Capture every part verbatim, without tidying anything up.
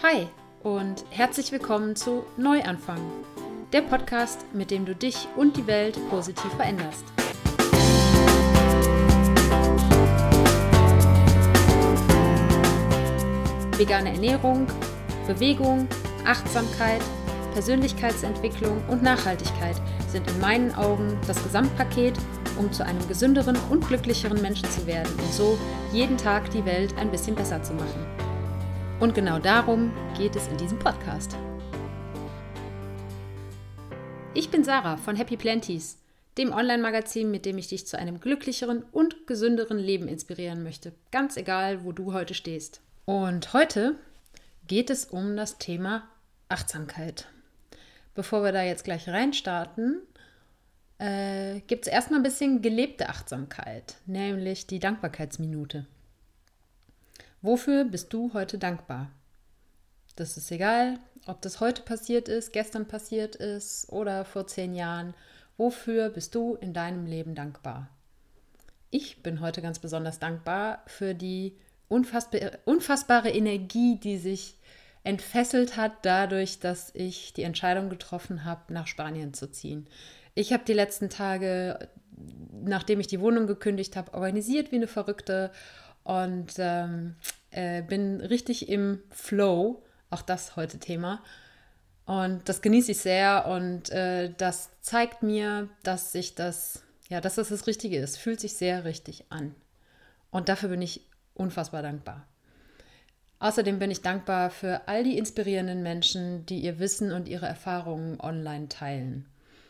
Hi und herzlich willkommen zu Neuanfang, der Podcast, mit dem du dich und die Welt positiv veränderst. Vegane Ernährung, Bewegung, Achtsamkeit, Persönlichkeitsentwicklung und Nachhaltigkeit sind in meinen Augen das Gesamtpaket, um zu einem gesünderen und glücklicheren Menschen zu werden und so jeden Tag die Welt ein bisschen besser zu machen. Und genau darum geht es in diesem Podcast. Ich bin Sarah von Happy Planties, dem Online-Magazin, mit dem ich dich zu einem glücklicheren und gesünderen Leben inspirieren möchte, ganz egal, wo du heute stehst. Und heute geht es um das Thema Achtsamkeit. Bevor wir da jetzt gleich reinstarten, äh, gibt es erstmal ein bisschen gelebte Achtsamkeit, nämlich die Dankbarkeitsminute. Wofür bist du heute dankbar? Das ist egal, ob das heute passiert ist, gestern passiert ist oder vor zehn Jahren. Wofür bist du in deinem Leben dankbar? Ich bin heute ganz besonders dankbar für die unfassbar, unfassbare Energie, die sich entfesselt hat dadurch, dass ich die Entscheidung getroffen habe, nach Spanien zu ziehen. Ich habe die letzten Tage, nachdem ich die Wohnung gekündigt habe, organisiert wie eine Verrückte und ähm, äh, bin richtig im Flow, auch das heute Thema. Und das genieße ich sehr und äh, das zeigt mir, dass sich das, ja, dass das das Richtige ist. Fühlt sich sehr richtig an. Und dafür bin ich unfassbar dankbar. Außerdem bin ich dankbar für all die inspirierenden Menschen, die ihr Wissen und ihre Erfahrungen online teilen.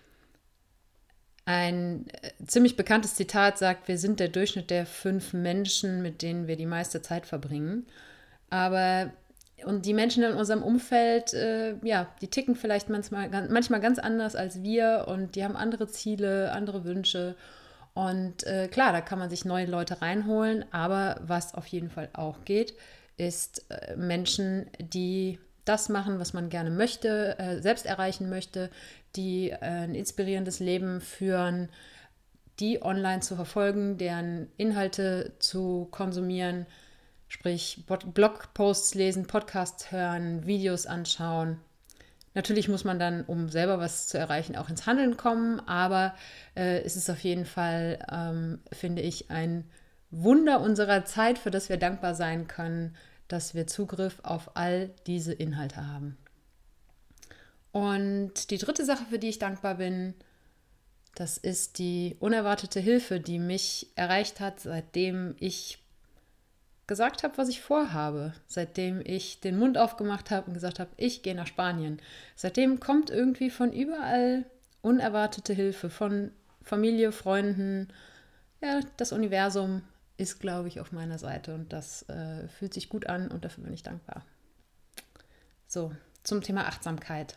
Ein ziemlich bekanntes Zitat sagt, wir sind der Durchschnitt der fünf Menschen, mit denen wir die meiste Zeit verbringen. Aber und die Menschen in unserem Umfeld, äh, ja, die ticken vielleicht manchmal, manchmal ganz anders als wir und die haben andere Ziele, andere Wünsche. Und äh, klar, da kann man sich neue Leute reinholen, aber was auf jeden Fall auch geht, ist äh, Menschen, die das machen, was man gerne möchte, äh, selbst erreichen möchte, die äh, ein inspirierendes Leben führen, die online zu verfolgen, deren Inhalte zu konsumieren, sprich Blogposts lesen, Podcasts hören, Videos anschauen. Natürlich muss man dann, um selber was zu erreichen, auch ins Handeln kommen, aber äh, es ist auf jeden Fall, ähm, finde ich, ein Wunder unserer Zeit, für das wir dankbar sein können, dass wir Zugriff auf all diese Inhalte haben. Und die dritte Sache, für die ich dankbar bin, das ist die unerwartete Hilfe, die mich erreicht hat, seitdem ich gesagt habe, was ich vorhabe, seitdem ich den Mund aufgemacht habe und gesagt habe, ich gehe nach Spanien. Seitdem kommt irgendwie von überall unerwartete Hilfe, von Familie, Freunden. Ja, das Universum ist, glaube ich, auf meiner Seite und das äh, fühlt sich gut an und dafür bin ich dankbar. So, zum Thema Achtsamkeit.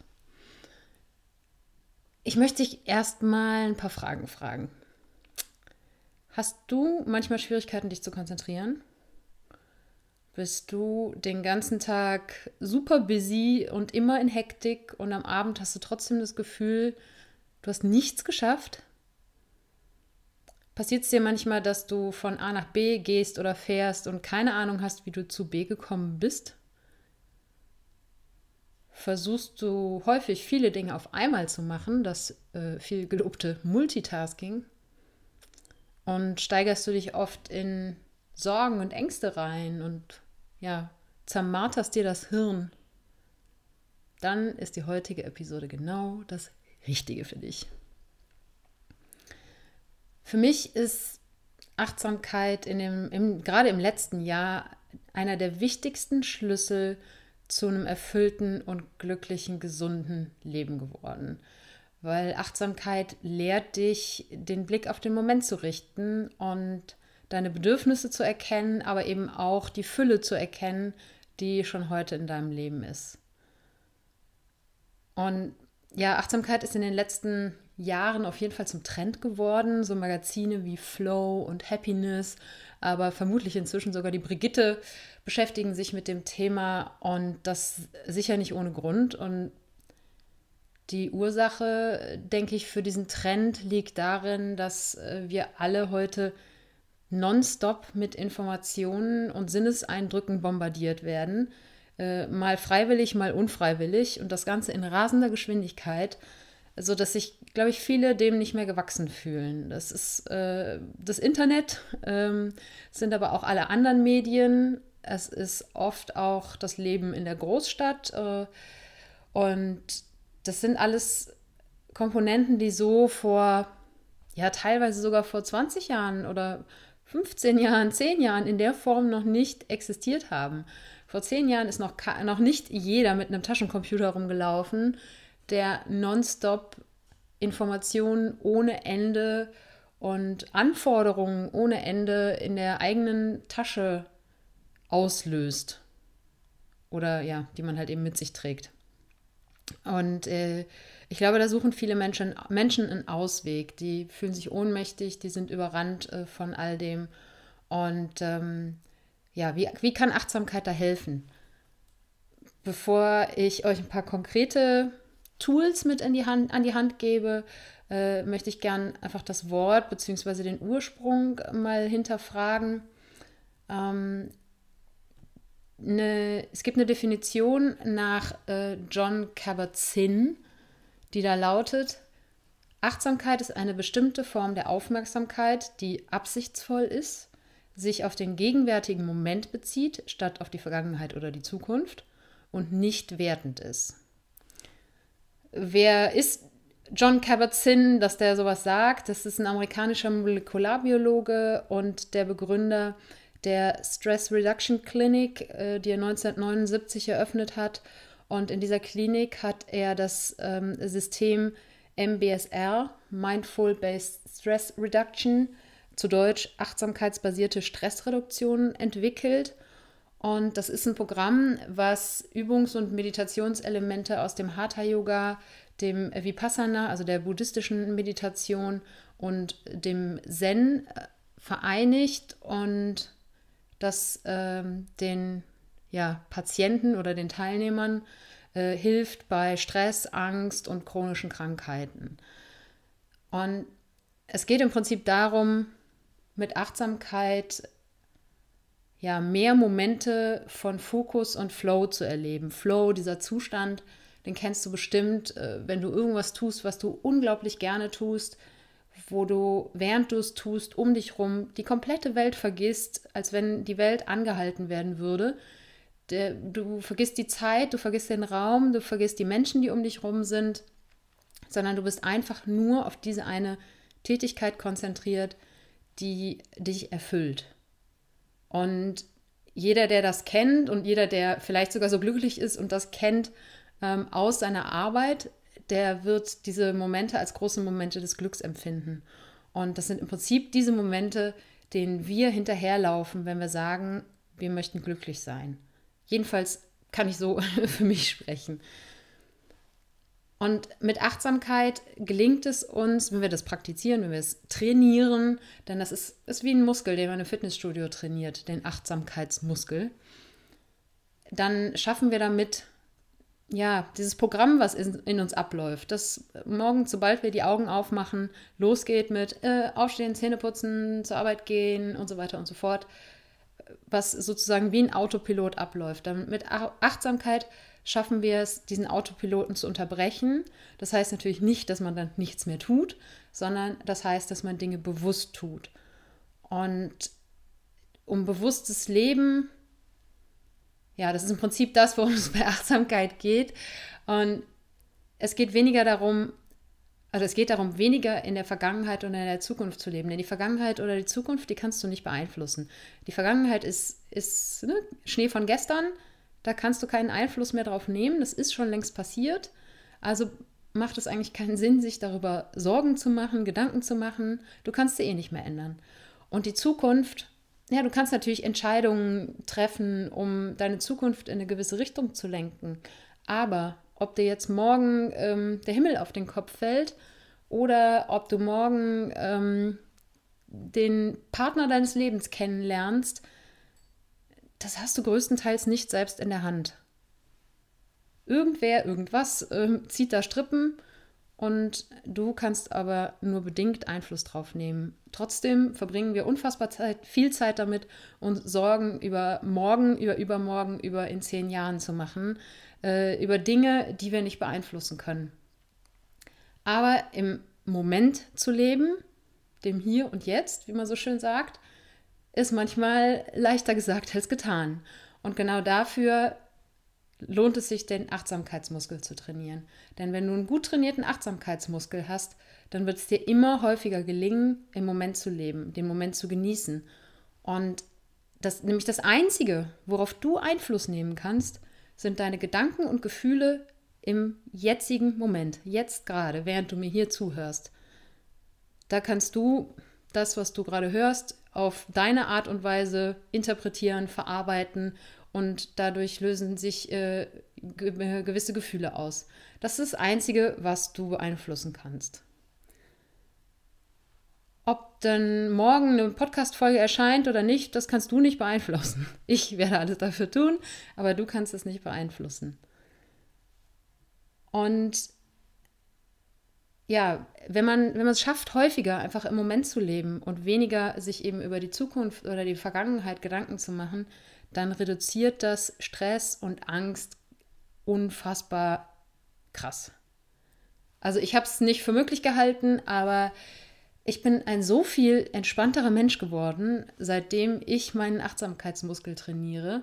Ich möchte dich erstmal ein paar Fragen fragen. Hast du manchmal Schwierigkeiten, dich zu konzentrieren? Bist du den ganzen Tag super busy und immer in Hektik und am Abend hast du trotzdem das Gefühl, du hast nichts geschafft? Passiert es dir manchmal, dass du von A nach B gehst oder fährst und keine Ahnung hast, wie du zu B gekommen bist? Versuchst du häufig viele Dinge auf einmal zu machen, das äh, viel gelobte Multitasking? Und steigerst du dich oft in Sorgen und Ängste rein und ja, zermarterst dir das Hirn? Dann ist die heutige Episode genau das Richtige für dich. Für mich ist Achtsamkeit in dem, im, gerade im letzten Jahr einer der wichtigsten Schlüssel zu einem erfüllten und glücklichen, gesunden Leben geworden. Weil Achtsamkeit lehrt dich, den Blick auf den Moment zu richten und deine Bedürfnisse zu erkennen, aber eben auch die Fülle zu erkennen, die schon heute in deinem Leben ist. Und ja, Achtsamkeit ist in den letzten Jahren auf jeden Fall zum Trend geworden. So Magazine wie Flow und Happiness, aber vermutlich inzwischen sogar die Brigitte beschäftigen sich mit dem Thema und das sicher nicht ohne Grund. Und die Ursache, denke ich, für diesen Trend liegt darin, dass wir alle heute nonstop mit Informationen und Sinneseindrücken bombardiert werden, äh, mal freiwillig, mal unfreiwillig und das Ganze in rasender Geschwindigkeit, sodass sich, glaube ich, viele dem nicht mehr gewachsen fühlen. Das ist äh, das Internet, ähm, sind aber auch alle anderen Medien. Es ist oft auch das Leben in der Großstadt äh, und das sind alles Komponenten, die so vor, ja teilweise sogar vor zwanzig Jahren oder fünfzehn Jahren, zehn Jahren in der Form noch nicht existiert haben. Vor zehn Jahren ist noch, noch nicht jeder mit einem Taschencomputer rumgelaufen, der nonstop Informationen ohne Ende und Anforderungen ohne Ende in der eigenen Tasche auslöst. Oder ja, die man halt eben mit sich trägt. Und äh, ich glaube, da suchen viele Menschen, Menschen einen Ausweg. Die fühlen sich ohnmächtig, die sind überrannt äh, von all dem. Und ähm, ja, wie, wie kann Achtsamkeit da helfen? Bevor ich euch ein paar konkrete Tools mit in die Hand, an die Hand gebe, äh, möchte ich gern einfach das Wort bzw. den Ursprung mal hinterfragen. Ähm, eine, es gibt eine Definition nach äh, Jon Kabat-Zinn, die da lautet: Achtsamkeit ist eine bestimmte Form der Aufmerksamkeit, die absichtsvoll ist, sich auf den gegenwärtigen Moment bezieht, statt auf die Vergangenheit oder die Zukunft und nicht wertend ist. Wer ist Jon Kabat-Zinn, dass der sowas sagt? Das ist ein amerikanischer Molekularbiologe und der Begründer der Stress Reduction Clinic, die er neunzehnhundertneunundsiebzig eröffnet hat. Und in dieser Klinik hat er das ähm, System M B S R, Mindful Based Stress Reduction, zu Deutsch achtsamkeitsbasierte Stressreduktion, entwickelt. Und das ist ein Programm, was Übungs- und Meditationselemente aus dem Hatha-Yoga, dem Vipassana, also der buddhistischen Meditation und dem Zen vereinigt und das ähm, den ja, Patienten oder den Teilnehmern äh, hilft bei Stress, Angst und chronischen Krankheiten. Und es geht im Prinzip darum, mit Achtsamkeit ja, mehr Momente von Fokus und Flow zu erleben. Flow, dieser Zustand, den kennst du bestimmt, äh, wenn du irgendwas tust, was du unglaublich gerne tust, wo du, während du es tust, um dich rum die komplette Welt vergisst, als wenn die Welt angehalten werden würde. Der, du vergisst die Zeit, du vergisst den Raum, du vergisst die Menschen, die um dich rum sind, sondern du bist einfach nur auf diese eine Tätigkeit konzentriert, die dich erfüllt. Und jeder, der das kennt und jeder, der vielleicht sogar so glücklich ist und das kennt ähm, aus seiner Arbeit, der wird diese Momente als große Momente des Glücks empfinden. Und das sind im Prinzip diese Momente, denen wir hinterherlaufen, wenn wir sagen, wir möchten glücklich sein. Jedenfalls kann ich so für mich sprechen. Und mit Achtsamkeit gelingt es uns, wenn wir das praktizieren, wenn wir es trainieren, denn das ist, ist wie ein Muskel, den man im Fitnessstudio trainiert, den Achtsamkeitsmuskel, dann schaffen wir damit, ja, dieses Programm, was in, in uns abläuft, das morgen, sobald wir die Augen aufmachen, losgeht mit äh, Aufstehen, Zähne putzen, zur Arbeit gehen und so weiter und so fort, was sozusagen wie ein Autopilot abläuft. Dann mit Achtsamkeit schaffen wir es, diesen Autopiloten zu unterbrechen. Das heißt natürlich nicht, dass man dann nichts mehr tut, sondern das heißt, dass man Dinge bewusst tut. Und um bewusstes Leben, ja, das ist im Prinzip das, worum es bei Achtsamkeit geht. Und es geht weniger darum, also es geht darum, weniger in der Vergangenheit oder in der Zukunft zu leben. Denn die Vergangenheit oder die Zukunft, die kannst du nicht beeinflussen. Die Vergangenheit ist, ist ne, Schnee von gestern. Da kannst du keinen Einfluss mehr drauf nehmen. Das ist schon längst passiert. Also macht es eigentlich keinen Sinn, sich darüber Sorgen zu machen, Gedanken zu machen. Du kannst sie eh nicht mehr ändern. Und die Zukunft, ja, du kannst natürlich Entscheidungen treffen, um deine Zukunft in eine gewisse Richtung zu lenken. Aber ob dir jetzt morgen ähm, der Himmel auf den Kopf fällt oder ob du morgen ähm, den Partner deines Lebens kennenlernst, das hast du größtenteils nicht selbst in der Hand. Irgendwer, irgendwas äh, zieht da Strippen und du kannst aber nur bedingt Einfluss drauf nehmen. Trotzdem verbringen wir unfassbar Zeit, viel Zeit damit, uns Sorgen über morgen, über übermorgen, über in zehn Jahren zu machen, äh, über Dinge, die wir nicht beeinflussen können. Aber im Moment zu leben, dem Hier und Jetzt, wie man so schön sagt, ist manchmal leichter gesagt als getan. Und genau dafür lohnt es sich, den Achtsamkeitsmuskel zu trainieren. Denn wenn du einen gut trainierten Achtsamkeitsmuskel hast, dann wird es dir immer häufiger gelingen, im Moment zu leben, den Moment zu genießen. Und das, nämlich das Einzige, worauf du Einfluss nehmen kannst, sind deine Gedanken und Gefühle im jetzigen Moment, jetzt gerade, während du mir hier zuhörst. Da kannst du das, was du gerade hörst, auf deine Art und Weise interpretieren, verarbeiten und dadurch lösen sich äh, ge- gewisse Gefühle aus. Das ist das Einzige, was du beeinflussen kannst. Ob dann morgen eine Podcast-Folge erscheint oder nicht, das kannst du nicht beeinflussen. Ich werde alles dafür tun, aber du kannst es nicht beeinflussen. Und ja, wenn man, wenn man es schafft, häufiger einfach im Moment zu leben und weniger sich eben über die Zukunft oder die Vergangenheit Gedanken zu machen, dann reduziert das Stress und Angst unfassbar krass. Also ich habe es nicht für möglich gehalten, aber ich bin ein so viel entspannterer Mensch geworden, seitdem ich meinen Achtsamkeitsmuskel trainiere.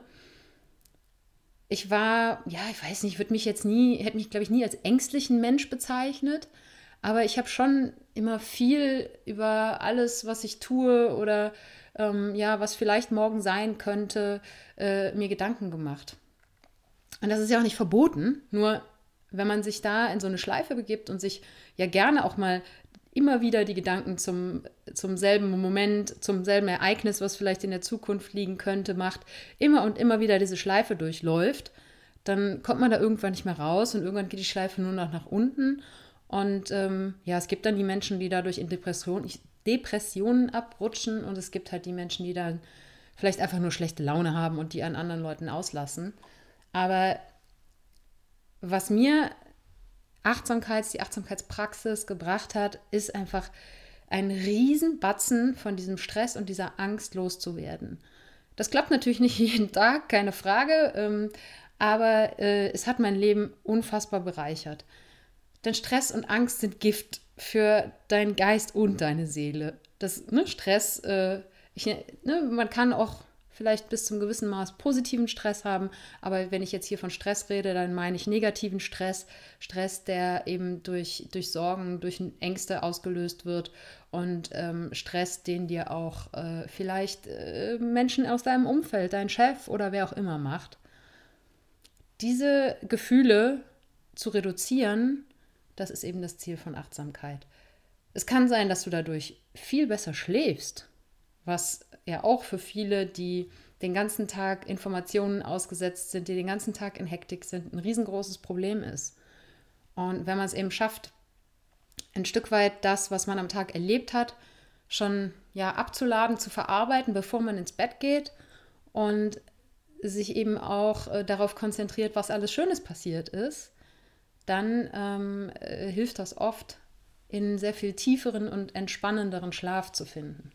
Ich war, ja, ich weiß nicht, ich würde mich jetzt nie, hätte mich, glaube ich, nie als ängstlichen Mensch bezeichnet, aber ich habe schon immer viel über alles, was ich tue oder ähm, ja, was vielleicht morgen sein könnte, äh, mir Gedanken gemacht. Und das ist ja auch nicht verboten, nur wenn man sich da in so eine Schleife begibt und sich ja gerne auch mal immer wieder die Gedanken zum, zum selben Moment, zum selben Ereignis, was vielleicht in der Zukunft liegen könnte, macht, immer und immer wieder diese Schleife durchläuft, dann kommt man da irgendwann nicht mehr raus und irgendwann geht die Schleife nur noch nach unten. Und ähm, ja, es gibt dann die Menschen, die dadurch in Depression, Depressionen abrutschen und es gibt halt die Menschen, die dann vielleicht einfach nur schlechte Laune haben und die an anderen Leuten auslassen. Aber was mir Achtsamkeits, die Achtsamkeitspraxis gebracht hat, ist einfach ein Riesenbatzen von diesem Stress und dieser Angst loszuwerden. Das klappt natürlich nicht jeden Tag, keine Frage, ähm, aber äh, es hat mein Leben unfassbar bereichert. Denn Stress und Angst sind Gift für deinen Geist und deine Seele. Das, ne, Stress, äh, ich, ne, man kann auch vielleicht bis zum gewissen Maß positiven Stress haben, aber wenn ich jetzt hier von Stress rede, dann meine ich negativen Stress, Stress, der eben durch, durch Sorgen, durch Ängste ausgelöst wird und ähm, Stress, den dir auch äh, vielleicht äh, Menschen aus deinem Umfeld, dein Chef oder wer auch immer macht. Diese Gefühle zu reduzieren, das ist eben das Ziel von Achtsamkeit. Es kann sein, dass du dadurch viel besser schläfst, was ja auch für viele, die den ganzen Tag Informationen ausgesetzt sind, die den ganzen Tag in Hektik sind, ein riesengroßes Problem ist. Und wenn man es eben schafft, ein Stück weit das, was man am Tag erlebt hat, schon ja, abzuladen, zu verarbeiten, bevor man ins Bett geht und sich eben auch äh, darauf konzentriert, was alles Schönes passiert ist, dann ähm, äh, hilft das oft, in sehr viel tieferen und entspannenderen Schlaf zu finden.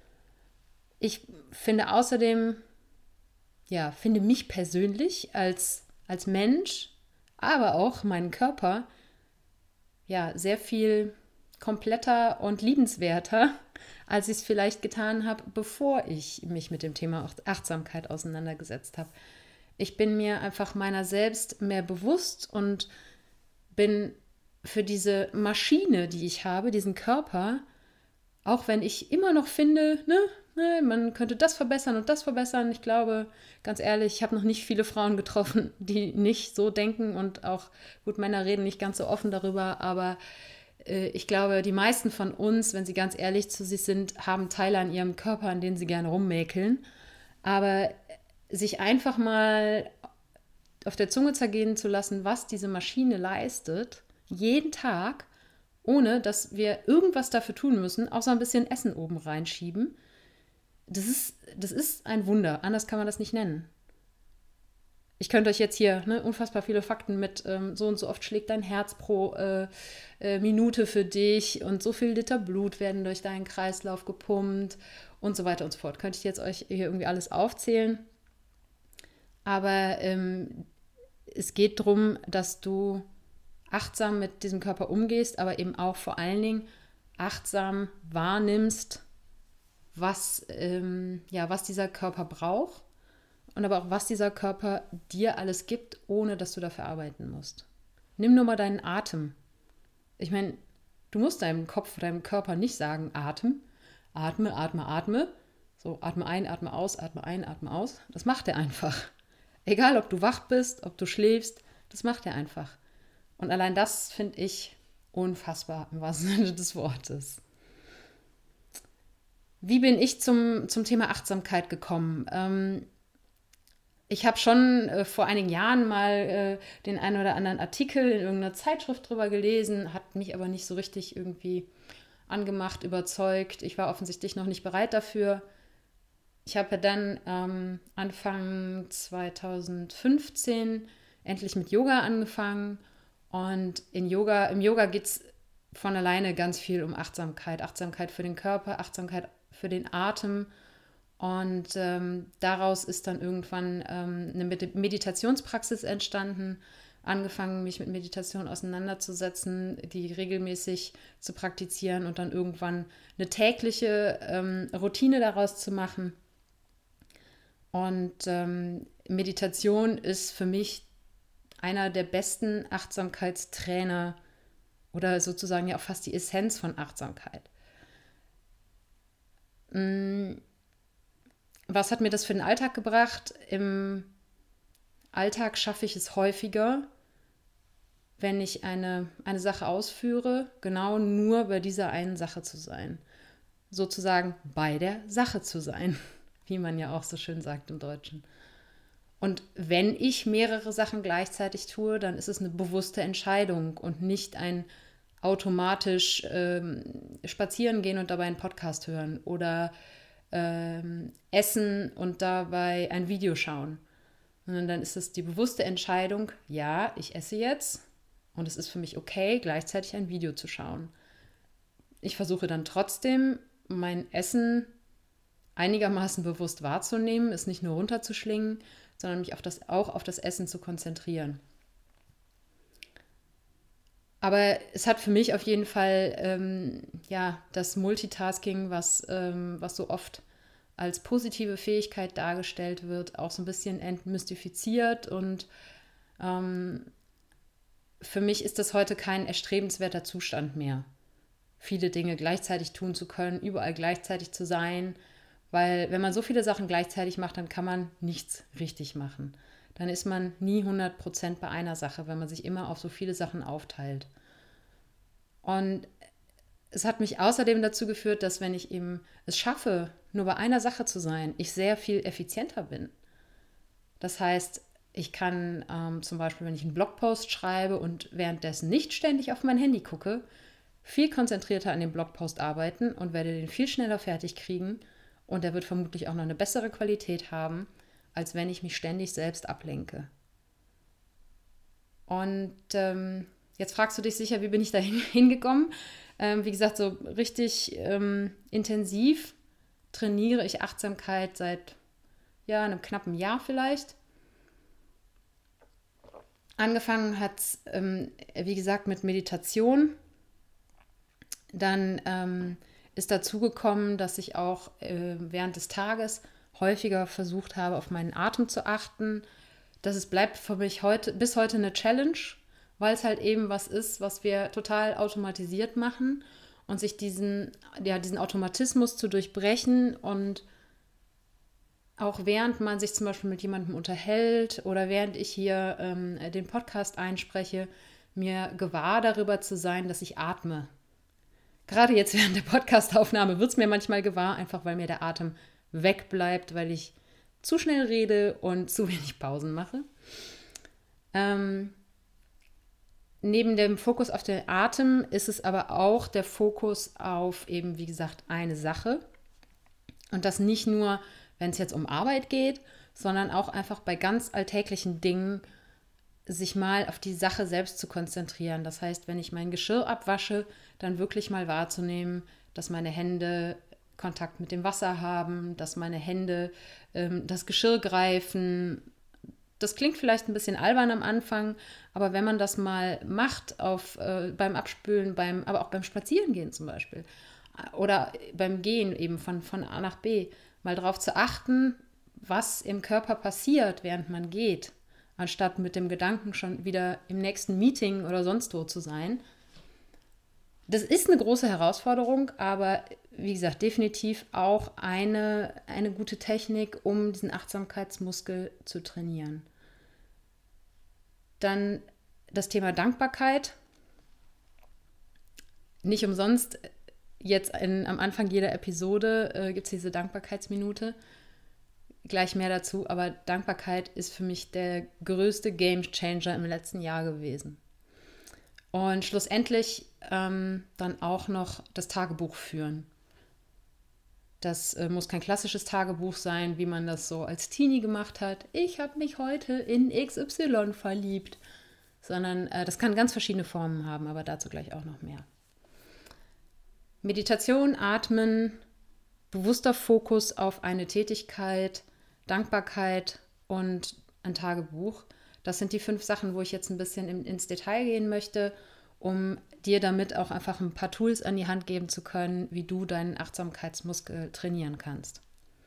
Ich finde außerdem, ja, finde mich persönlich als, als Mensch, aber auch meinen Körper, ja, sehr viel kompletter und liebenswerter, als ich es vielleicht getan habe, bevor ich mich mit dem Thema Achtsamkeit auseinandergesetzt habe. Ich bin mir einfach meiner selbst mehr bewusst und bin für diese Maschine, die ich habe, diesen Körper, auch wenn ich immer noch finde, ne, ne, man könnte das verbessern und das verbessern. Ich glaube, ganz ehrlich, ich habe noch nicht viele Frauen getroffen, die nicht so denken und auch, gut, Männer reden nicht ganz so offen darüber, aber äh, ich glaube, die meisten von uns, wenn sie ganz ehrlich zu sich sind, haben Teile an ihrem Körper, an denen sie gerne rummäkeln. Aber sich einfach mal auf der Zunge zergehen zu lassen, was diese Maschine leistet, jeden Tag, ohne dass wir irgendwas dafür tun müssen, außer ein bisschen Essen oben reinschieben, das ist, das ist ein Wunder. Anders kann man das nicht nennen. Ich könnte euch jetzt hier ne, unfassbar viele Fakten mit ähm, so und so oft schlägt dein Herz pro äh, äh, Minute für dich und so viel Liter Blut werden durch deinen Kreislauf gepumpt und so weiter und so fort. Könnte ich jetzt euch hier irgendwie alles aufzählen. Aber ähm, es geht darum, dass du achtsam mit diesem Körper umgehst, aber eben auch vor allen Dingen achtsam wahrnimmst, was, ähm, ja, was dieser Körper braucht und aber auch, was dieser Körper dir alles gibt, ohne dass du dafür arbeiten musst. Nimm nur mal deinen Atem. Ich meine, du musst deinem Kopf, deinem Körper nicht sagen, Atem, atme, atme, atme. So, atme ein, atme aus, atme ein, atme aus. Das macht er einfach. Egal, ob du wach bist, ob du schläfst, das macht er einfach. Und allein das finde ich unfassbar, im wahrsten Sinne des Wortes. Wie bin ich zum, zum Thema Achtsamkeit gekommen? Ähm, ich habe schon äh, vor einigen Jahren mal äh, den einen oder anderen Artikel in irgendeiner Zeitschrift drüber gelesen, hat mich aber nicht so richtig irgendwie angemacht, überzeugt. Ich war offensichtlich noch nicht bereit dafür. Ich habe dann ähm, Anfang zwanzig fünfzehn endlich mit Yoga angefangen. Und in Yoga, im Yoga geht es von alleine ganz viel um Achtsamkeit. Achtsamkeit für den Körper, Achtsamkeit für den Atem. Und ähm, daraus ist dann irgendwann ähm, eine Meditationspraxis entstanden. Angefangen, mich mit Meditation auseinanderzusetzen, die regelmäßig zu praktizieren und dann irgendwann eine tägliche ähm, Routine daraus zu machen. Und ähm, Meditation ist für mich einer der besten Achtsamkeitstrainer oder sozusagen ja auch fast die Essenz von Achtsamkeit. Was hat mir das für den Alltag gebracht? Im Alltag schaffe ich es häufiger, wenn ich eine, eine Sache ausführe, genau nur bei dieser einen Sache zu sein. Sozusagen bei der Sache zu sein, wie man ja auch so schön sagt im Deutschen. Und wenn ich mehrere Sachen gleichzeitig tue, dann ist es eine bewusste Entscheidung und nicht ein automatisch ähm, spazieren gehen und dabei einen Podcast hören oder ähm, essen und dabei ein Video schauen. Und dann ist es die bewusste Entscheidung, ja, ich esse jetzt und es ist für mich okay, gleichzeitig ein Video zu schauen. Ich versuche dann trotzdem, mein Essen einigermaßen bewusst wahrzunehmen, es nicht nur runterzuschlingen, sondern mich auf das, auch auf das Essen zu konzentrieren. Aber es hat für mich auf jeden Fall ähm, ja, das Multitasking, was, ähm, was so oft als positive Fähigkeit dargestellt wird, auch so ein bisschen entmystifiziert. Und ähm, für mich ist das heute kein erstrebenswerter Zustand mehr, viele Dinge gleichzeitig tun zu können, überall gleichzeitig zu sein. Weil wenn man so viele Sachen gleichzeitig macht, dann kann man nichts richtig machen. Dann ist man nie hundert Prozent bei einer Sache, wenn man sich immer auf so viele Sachen aufteilt. Und es hat mich außerdem dazu geführt, dass wenn ich eben es schaffe, nur bei einer Sache zu sein, ich sehr viel effizienter bin. Das heißt, ich kann ähm, zum Beispiel, wenn ich einen Blogpost schreibe und währenddessen nicht ständig auf mein Handy gucke, viel konzentrierter an dem Blogpost arbeiten und werde den viel schneller fertig kriegen. Und er wird vermutlich auch noch eine bessere Qualität haben, als wenn ich mich ständig selbst ablenke. Und ähm, jetzt fragst du dich sicher, wie bin ich da hingekommen? Ähm, wie gesagt, so richtig ähm, intensiv trainiere ich Achtsamkeit seit ja, einem knappen Jahr vielleicht. Angefangen hat es, ähm, wie gesagt, mit Meditation. Dann ähm, ist dazu gekommen, dass ich auch äh, während des Tages häufiger versucht habe, auf meinen Atem zu achten. Das ist, bleibt für mich heute, bis heute eine Challenge, weil es halt eben was ist, was wir total automatisiert machen und sich diesen, ja, diesen Automatismus zu durchbrechen und auch während man sich zum Beispiel mit jemandem unterhält oder während ich hier ähm, den Podcast einspreche, mir gewahr darüber zu sein, dass ich atme. Gerade jetzt während der Podcastaufnahme wird es mir manchmal gewahr, einfach weil mir der Atem wegbleibt, weil ich zu schnell rede und zu wenig Pausen mache. Ähm, neben dem Fokus auf den Atem ist es aber auch der Fokus auf eben, wie gesagt, eine Sache. Und das nicht nur, wenn es jetzt um Arbeit geht, sondern auch einfach bei ganz alltäglichen Dingen sich mal auf die Sache selbst zu konzentrieren. Das heißt, wenn ich mein Geschirr abwasche, dann wirklich mal wahrzunehmen, dass meine Hände Kontakt mit dem Wasser haben, dass meine Hände ähm, das Geschirr greifen. Das klingt vielleicht ein bisschen albern am Anfang, aber wenn man das mal macht, auf, äh, beim Abspülen, beim, aber auch beim Spazierengehen zum Beispiel oder beim Gehen eben von, von A nach B, mal darauf zu achten, was im Körper passiert, während man geht, anstatt mit dem Gedanken schon wieder im nächsten Meeting oder sonst wo zu sein. Das ist eine große Herausforderung, aber wie gesagt, definitiv auch eine, eine gute Technik, um diesen Achtsamkeitsmuskel zu trainieren. Dann das Thema Dankbarkeit. Nicht umsonst, jetzt in, am Anfang jeder Episode äh, gibt es diese Dankbarkeitsminute. Gleich mehr dazu, aber Dankbarkeit ist für mich der größte Gamechanger im letzten Jahr gewesen. Und schlussendlich ähm, dann auch noch das Tagebuch führen. Das äh, muss kein klassisches Tagebuch sein, wie man das so als Teenie gemacht hat. Ich habe mich heute in X Y verliebt. Sondern äh, das kann ganz verschiedene Formen haben, aber dazu gleich auch noch mehr. Meditation, Atmen, bewusster Fokus auf eine Tätigkeit, Dankbarkeit und ein Tagebuch. Das sind die fünf Sachen, wo ich jetzt ein bisschen in, ins Detail gehen möchte, um dir damit auch einfach ein paar Tools an die Hand geben zu können, wie du deinen Achtsamkeitsmuskel trainieren kannst.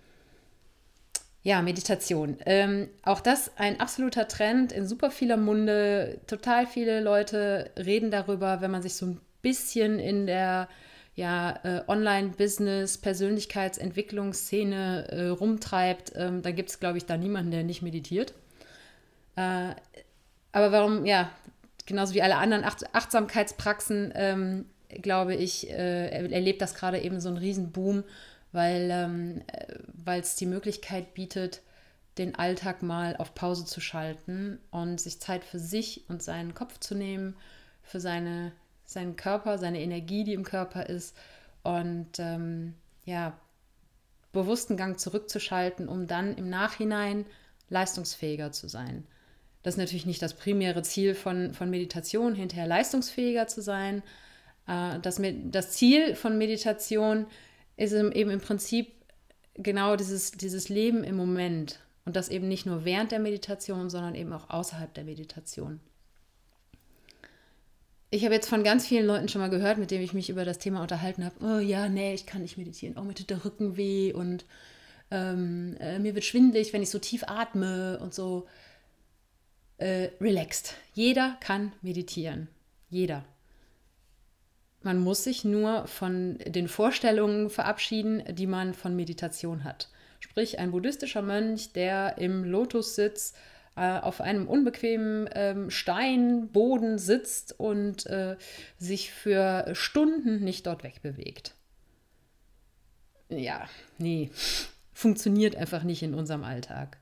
Ja, Meditation. Ähm, auch das ein absoluter Trend in super vieler Munde. Total viele Leute reden darüber, wenn man sich so ein bisschen in der ja, äh, Online-Business, Persönlichkeitsentwicklungsszene äh, rumtreibt, ähm, dann gibt es, glaube ich, da niemanden, der nicht meditiert. Äh, aber warum, ja, genauso wie alle anderen Acht- Achtsamkeitspraxen, ähm, glaube ich, äh, erlebt das gerade eben so einen riesen Boom, weil ähm, es die Möglichkeit bietet, den Alltag mal auf Pause zu schalten und sich Zeit für sich und seinen Kopf zu nehmen, für seine, seinen Körper, seine Energie, die im Körper ist und ähm, ja, bewussten Gang zurückzuschalten, um dann im Nachhinein leistungsfähiger zu sein. Das ist natürlich nicht das primäre Ziel von, von Meditation, hinterher leistungsfähiger zu sein. Äh, das, das Ziel von Meditation ist eben im Prinzip genau dieses, dieses Leben im Moment. Und das eben nicht nur während der Meditation, sondern eben auch außerhalb der Meditation. Ich habe jetzt von ganz vielen Leuten schon mal gehört, mit denen ich mich über das Thema unterhalten habe. Oh ja, nee, ich kann nicht meditieren. Oh, mir tut der Rücken weh und ähm, äh, mir wird schwindelig, wenn ich so tief atme und so. Äh, relaxed. Jeder kann meditieren. Jeder. Man muss sich nur von den Vorstellungen verabschieden, die man von Meditation hat. Sprich, ein buddhistischer Mönch, der im Lotussitz äh, auf einem unbequemen ähm, Steinboden sitzt und äh, sich für Stunden nicht dort wegbewegt. Ja, nee, funktioniert einfach nicht in unserem Alltag.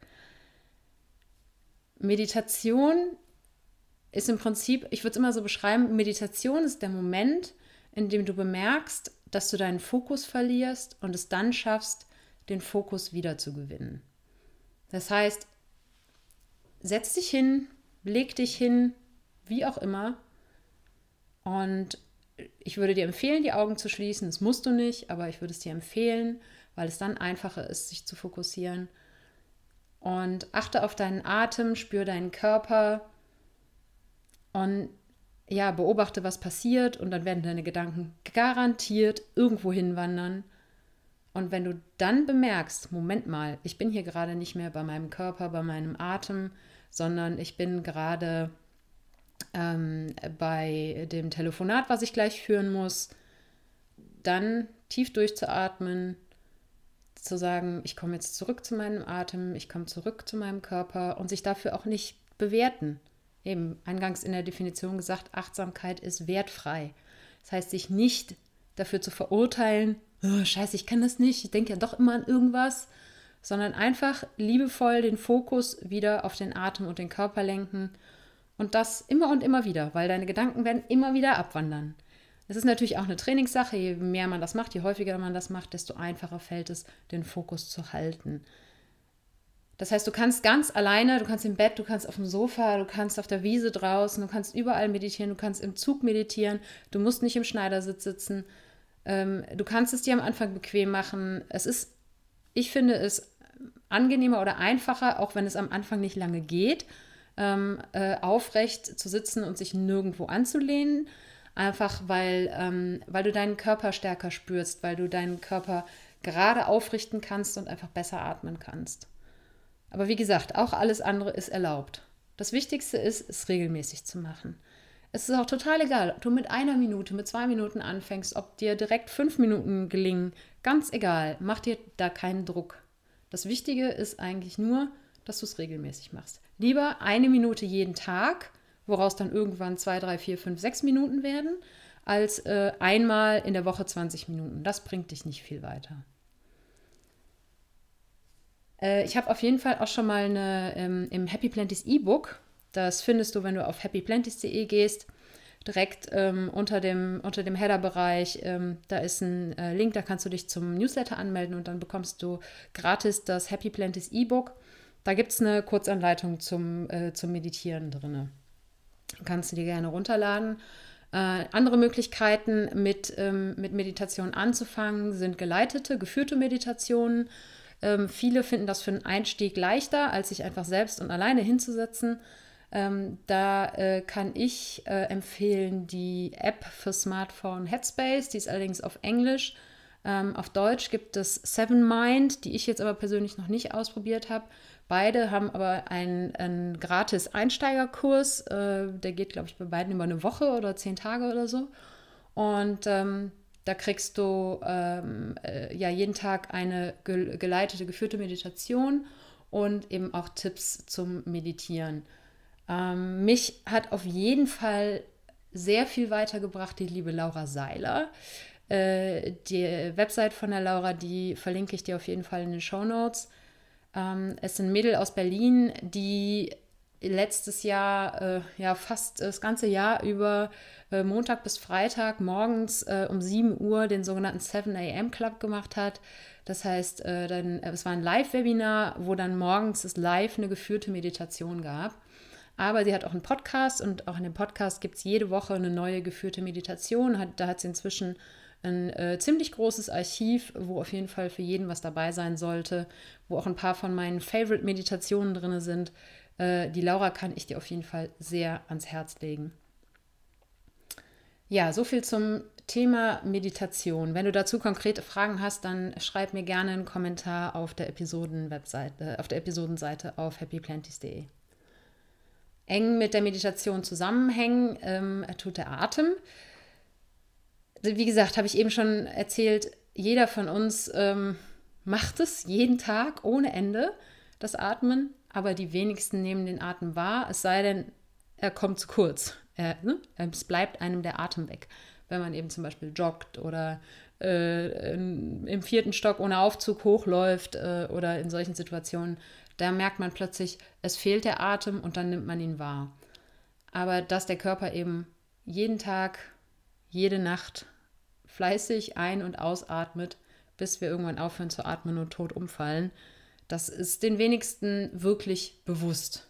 Meditation ist im Prinzip, ich würde es immer so beschreiben, Meditation ist der Moment, in dem du bemerkst, dass du deinen Fokus verlierst und es dann schaffst, den Fokus wiederzugewinnen. Das heißt, setz dich hin, leg dich hin, wie auch immer. Und ich würde dir empfehlen, die Augen zu schließen. Das musst du nicht, aber ich würde es dir empfehlen, weil es dann einfacher ist, sich zu fokussieren. Und achte auf deinen Atem, spür deinen Körper und ja, beobachte, was passiert und dann werden deine Gedanken garantiert irgendwo hinwandern. Und wenn du dann bemerkst, Moment mal, ich bin hier gerade nicht mehr bei meinem Körper, bei meinem Atem, sondern ich bin gerade ähm, bei dem Telefonat, was ich gleich führen muss, dann tief durchzuatmen, zu sagen, ich komme jetzt zurück zu meinem Atem, ich komme zurück zu meinem Körper und sich dafür auch nicht bewerten. Eben eingangs in der Definition gesagt, Achtsamkeit ist wertfrei. Das heißt, sich nicht dafür zu verurteilen, oh, scheiße, ich kann das nicht, ich denke ja doch immer an irgendwas, sondern einfach liebevoll den Fokus wieder auf den Atem und den Körper lenken und das immer und immer wieder, weil deine Gedanken werden immer wieder abwandern. Es ist natürlich auch eine Trainingssache, je mehr man das macht, je häufiger man das macht, desto einfacher fällt es, den Fokus zu halten. Das heißt, du kannst ganz alleine, du kannst im Bett, du kannst auf dem Sofa, du kannst auf der Wiese draußen, du kannst überall meditieren, du kannst im Zug meditieren, du musst nicht im Schneidersitz sitzen. Ähm, du kannst es dir am Anfang bequem machen. Es ist, ich finde es angenehmer oder einfacher, auch wenn es am Anfang nicht lange geht, ähm, äh, aufrecht zu sitzen und sich nirgendwo anzulehnen. Einfach weil, ähm, weil du deinen Körper stärker spürst, weil du deinen Körper gerade aufrichten kannst und einfach besser atmen kannst. Aber wie gesagt, auch alles andere ist erlaubt. Das Wichtigste ist, es regelmäßig zu machen. Es ist auch total egal, ob du mit einer Minute, mit zwei Minuten anfängst, ob dir direkt fünf Minuten gelingen. Ganz egal, mach dir da keinen Druck. Das Wichtige ist eigentlich nur, dass du es regelmäßig machst. Lieber eine Minute jeden Tag, woraus dann irgendwann zwei, drei, vier, fünf, sechs Minuten werden, als äh, einmal in der Woche zwanzig Minuten. Das bringt dich nicht viel weiter. Ich habe auf jeden Fall auch schon mal eine, ähm, im Happy Planties E-Book, das findest du, wenn du auf happy planties punkt de gehst, direkt ähm, unter dem, unter dem Header-Bereich, ähm, da ist ein äh, Link, da kannst du dich zum Newsletter anmelden und dann bekommst du gratis das Happy Planties E-Book. Da gibt es eine Kurzanleitung zum, äh, zum Meditieren drin. Kannst du dir gerne runterladen. Äh, andere Möglichkeiten mit, ähm, mit Meditation anzufangen sind geleitete, geführte Meditationen. Ähm, viele finden das für einen Einstieg leichter, als sich einfach selbst und alleine hinzusetzen. Ähm, da äh, kann ich äh, empfehlen die App für Smartphone Headspace, die ist allerdings auf Englisch. Ähm, auf Deutsch gibt es Seven Mind, die ich jetzt aber persönlich noch nicht ausprobiert habe. Beide haben aber einen, einen gratis Einsteigerkurs, äh, der geht, glaube ich, bei beiden über eine Woche oder zehn Tage oder so. Und ähm, da kriegst du ähm, äh, ja jeden Tag eine ge- geleitete, geführte Meditation und eben auch Tipps zum Meditieren. Ähm, mich hat auf jeden Fall sehr viel weitergebracht die liebe Laura Seiler. Äh, die Website von der Laura, die verlinke ich dir auf jeden Fall in den Shownotes. Ähm, es ist ein Mädel aus Berlin, die letztes Jahr, äh, ja fast das ganze Jahr über äh, Montag bis Freitag morgens äh, um sieben Uhr den sogenannten seven a m Club gemacht hat. Das heißt, äh, dann, äh, es war ein Live-Webinar, wo dann morgens es live eine geführte Meditation gab. Aber sie hat auch einen Podcast und auch in dem Podcast gibt es jede Woche eine neue geführte Meditation. Hat, da hat sie inzwischen ein äh, ziemlich großes Archiv, wo auf jeden Fall für jeden was dabei sein sollte, wo auch ein paar von meinen Favorite-Meditationen drin sind. Äh, die Laura kann ich dir auf jeden Fall sehr ans Herz legen. Ja, so viel zum Thema Meditation. Wenn du dazu konkrete Fragen hast, dann schreib mir gerne einen Kommentar auf der Episoden-Webseite, auf der Episodenseite auf happy planties punkt de. Eng mit der Meditation zusammenhängen ähm, tut der Atem. Wie gesagt, habe ich eben schon erzählt, jeder von uns ähm, macht es jeden Tag ohne Ende, das Atmen, aber die wenigsten nehmen den Atem wahr, es sei denn, er kommt zu kurz. Er, ne? Es bleibt einem der Atem weg, wenn man eben zum Beispiel joggt oder äh, im vierten Stock ohne Aufzug hochläuft äh, oder in solchen Situationen. Da merkt man plötzlich, es fehlt der Atem und dann nimmt man ihn wahr. Aber dass der Körper eben jeden Tag, jede Nacht fleißig ein- und ausatmet, bis wir irgendwann aufhören zu atmen und tot umfallen, das ist den wenigsten wirklich bewusst.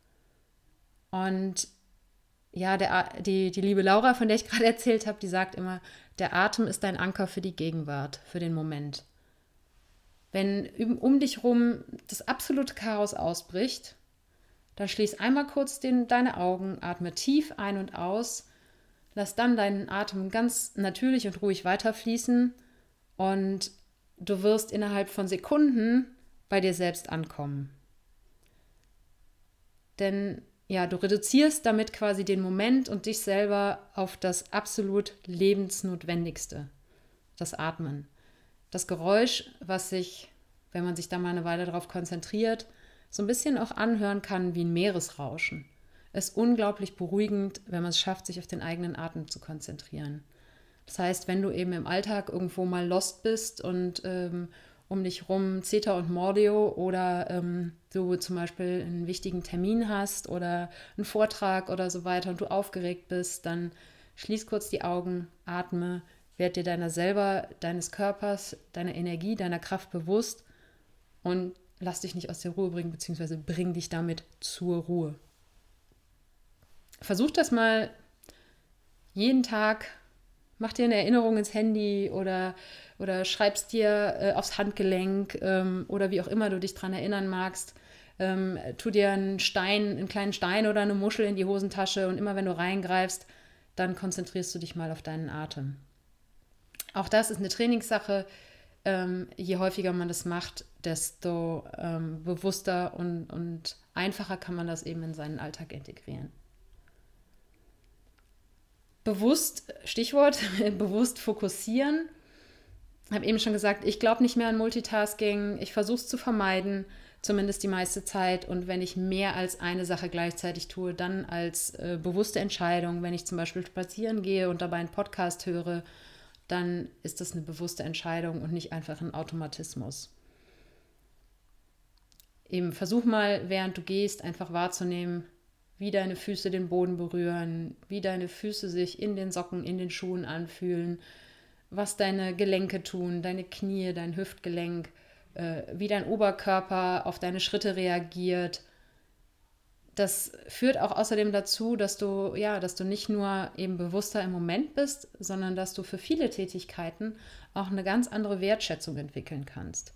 Und ja, der, die, die liebe Laura, von der ich gerade erzählt habe, die sagt immer, der Atem ist dein Anker für die Gegenwart, für den Moment. Wenn um dich rum das absolute Chaos ausbricht, dann schließ einmal kurz den, deine Augen, atme tief ein und aus, lass dann deinen Atem ganz natürlich und ruhig weiterfließen und du wirst innerhalb von Sekunden bei dir selbst ankommen. Denn ja, du reduzierst damit quasi den Moment und dich selber auf das absolut Lebensnotwendigste, das Atmen. Das Geräusch, was sich, wenn man sich da mal eine Weile darauf konzentriert, so ein bisschen auch anhören kann wie ein Meeresrauschen. Ist unglaublich beruhigend, wenn man es schafft, sich auf den eigenen Atem zu konzentrieren. Das heißt, wenn du eben im Alltag irgendwo mal lost bist und ähm, um dich rum Zeta und Mordio oder ähm, du zum Beispiel einen wichtigen Termin hast oder einen Vortrag oder so weiter und du aufgeregt bist, dann schließ kurz die Augen, atme, werd dir deiner selber, deines Körpers, deiner Energie, deiner Kraft bewusst und lass dich nicht aus der Ruhe bringen, beziehungsweise bring dich damit zur Ruhe. Versuch das mal jeden Tag, mach dir eine Erinnerung ins Handy oder, oder schreibst dir äh, aufs Handgelenk ähm, oder wie auch immer du dich dran erinnern magst. Ähm, tu dir einen Stein, einen kleinen Stein oder eine Muschel in die Hosentasche und immer wenn du reingreifst, dann konzentrierst du dich mal auf deinen Atem. Auch das ist eine Trainingssache. Ähm, je häufiger man das macht, desto ähm, bewusster und, und einfacher kann man das eben in seinen Alltag integrieren. Bewusst, Stichwort, bewusst fokussieren. Ich habe eben schon gesagt, ich glaube nicht mehr an Multitasking. Ich versuche es zu vermeiden, zumindest die meiste Zeit. Und wenn ich mehr als eine Sache gleichzeitig tue, dann als äh, bewusste Entscheidung. Wenn ich zum Beispiel spazieren gehe und dabei einen Podcast höre, dann ist das eine bewusste Entscheidung und nicht einfach ein Automatismus. Eben versuch mal, während du gehst, einfach wahrzunehmen, wie deine Füße den Boden berühren, wie deine Füße sich in den Socken, in den Schuhen anfühlen, was deine Gelenke tun, deine Knie, dein Hüftgelenk, äh, wie dein Oberkörper auf deine Schritte reagiert. Das führt auch außerdem dazu, dass du, ja, dass du nicht nur eben bewusster im Moment bist, sondern dass du für viele Tätigkeiten auch eine ganz andere Wertschätzung entwickeln kannst.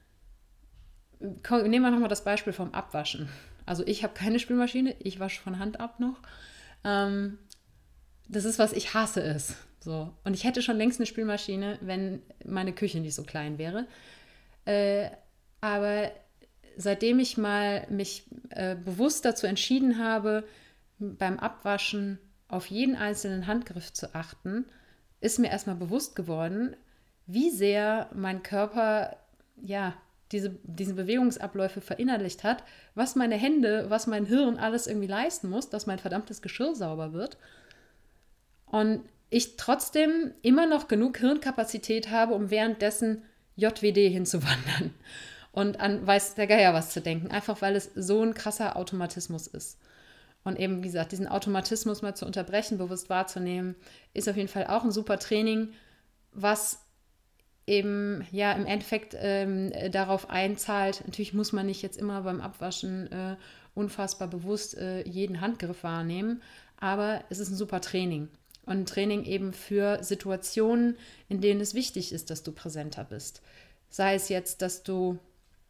Nehmen wir nochmal das Beispiel vom Abwaschen. Also ich habe keine Spülmaschine, ich wasche von Hand ab noch. Ähm, das ist, was ich hasse, ist. So. Und ich hätte schon längst eine Spülmaschine, wenn meine Küche nicht so klein wäre. Äh, aber seitdem ich mal mich äh, bewusst dazu entschieden habe, beim Abwaschen auf jeden einzelnen Handgriff zu achten, ist mir erstmal bewusst geworden, wie sehr mein Körper ja diese, diese Bewegungsabläufe verinnerlicht hat, was meine Hände, was mein Hirn alles irgendwie leisten muss, dass mein verdammtes Geschirr sauber wird. Und ich trotzdem immer noch genug Hirnkapazität habe, um währenddessen J W D hinzuwandern und an weiß der Geier was zu denken, einfach weil es so ein krasser Automatismus ist. Und eben, wie gesagt, diesen Automatismus mal zu unterbrechen, bewusst wahrzunehmen, ist auf jeden Fall auch ein super Training, was eben ja im Endeffekt ähm, darauf einzahlt. Natürlich muss man nicht jetzt immer beim Abwaschen äh, unfassbar bewusst äh, jeden Handgriff wahrnehmen, aber es ist ein super Training. Und ein Training eben für Situationen, in denen es wichtig ist, dass du präsenter bist. Sei es jetzt, dass du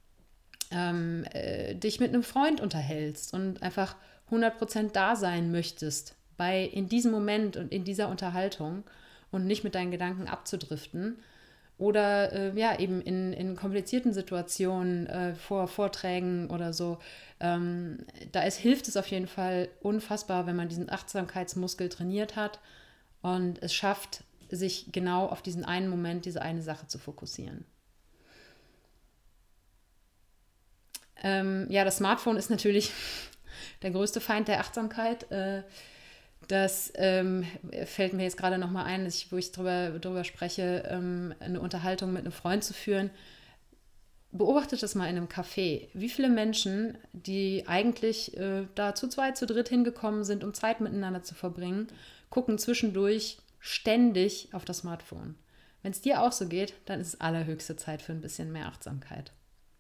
ähm, äh, dich mit einem Freund unterhältst und einfach hundert Prozent da sein möchtest, bei, in diesem Moment und in dieser Unterhaltung und nicht mit deinen Gedanken abzudriften. Oder äh, ja, eben in, in komplizierten Situationen, äh, vor Vorträgen oder so. Ähm, da ist, hilft es auf jeden Fall unfassbar, wenn man diesen Achtsamkeitsmuskel trainiert hat und es schafft, sich genau auf diesen einen Moment, diese eine Sache zu fokussieren. Ähm, ja, das Smartphone ist natürlich der größte Feind der Achtsamkeit. Äh, Das ähm, fällt mir jetzt gerade nochmal ein, dass ich, wo ich drüber, drüber spreche, ähm, eine Unterhaltung mit einem Freund zu führen. Beobachtet das mal in einem Café. Wie viele Menschen, die eigentlich äh, da zu zweit, zu dritt hingekommen sind, um Zeit miteinander zu verbringen, gucken zwischendurch ständig auf das Smartphone. Wenn es dir auch so geht, dann ist es allerhöchste Zeit für ein bisschen mehr Achtsamkeit.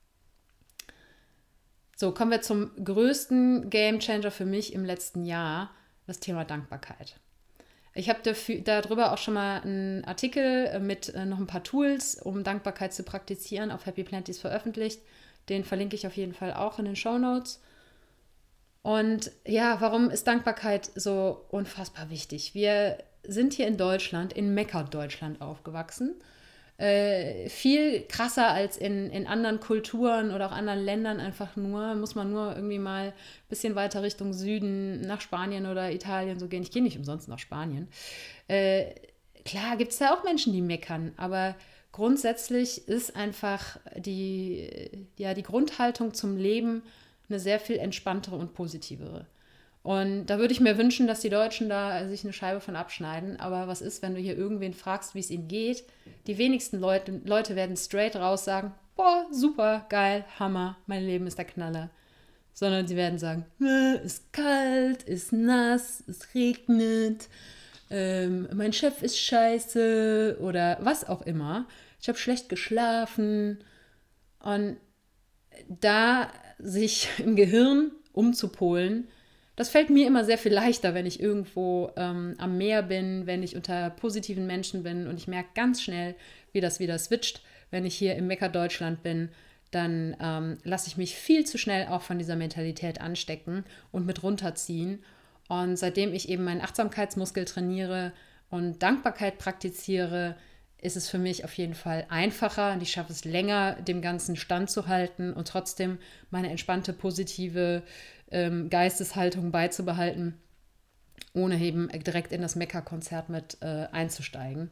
So, kommen wir zum größten Gamechanger für mich im letzten Jahr. Das Thema Dankbarkeit. Ich habe darüber auch schon mal einen Artikel mit noch ein paar Tools, um Dankbarkeit zu praktizieren, auf Happy Planties veröffentlicht. Den verlinke ich auf jeden Fall auch in den Shownotes. Und ja, warum ist Dankbarkeit so unfassbar wichtig? Wir sind hier in Deutschland, in Mekka-Deutschland aufgewachsen. Äh, viel krasser als in, in anderen Kulturen oder auch anderen Ländern, einfach nur, muss man nur irgendwie mal ein bisschen weiter Richtung Süden, nach Spanien oder Italien so gehen. Ich gehe nicht umsonst nach Spanien. Äh, klar gibt es da auch Menschen, die meckern, aber grundsätzlich ist einfach die, ja, die Grundhaltung zum Leben eine sehr viel entspanntere und positivere. Und da würde ich mir wünschen, dass die Deutschen da sich eine Scheibe von abschneiden. Aber was ist, wenn du hier irgendwen fragst, wie es ihnen geht? Die wenigsten Leute, Leute werden straight raus sagen, boah, super, geil, Hammer, mein Leben ist der Knaller. Sondern sie werden sagen, äh, ist kalt, ist nass, es regnet, ähm, mein Chef ist scheiße oder was auch immer. Ich habe schlecht geschlafen. Und da sich im Gehirn umzupolen, das fällt mir immer sehr viel leichter, wenn ich irgendwo ähm, am Meer bin, wenn ich unter positiven Menschen bin und ich merke ganz schnell, wie das wieder switcht. Wenn ich hier im Mekka-Deutschland bin, dann ähm, lasse ich mich viel zu schnell auch von dieser Mentalität anstecken und mit runterziehen. Und seitdem ich eben meinen Achtsamkeitsmuskel trainiere und Dankbarkeit praktiziere, ist es für mich auf jeden Fall einfacher und ich schaffe es länger, dem Ganzen standzuhalten und trotzdem meine entspannte, positive ähm, Geisteshaltung beizubehalten, ohne eben direkt in das Mekka-Konzert mit äh, einzusteigen.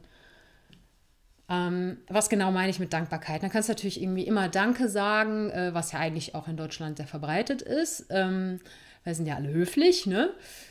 Ähm, was genau meine ich mit Dankbarkeit? Dann kannst du natürlich irgendwie immer Danke sagen, äh, was ja eigentlich auch in Deutschland sehr verbreitet ist. Ähm, wir sind ja alle höflich, ne?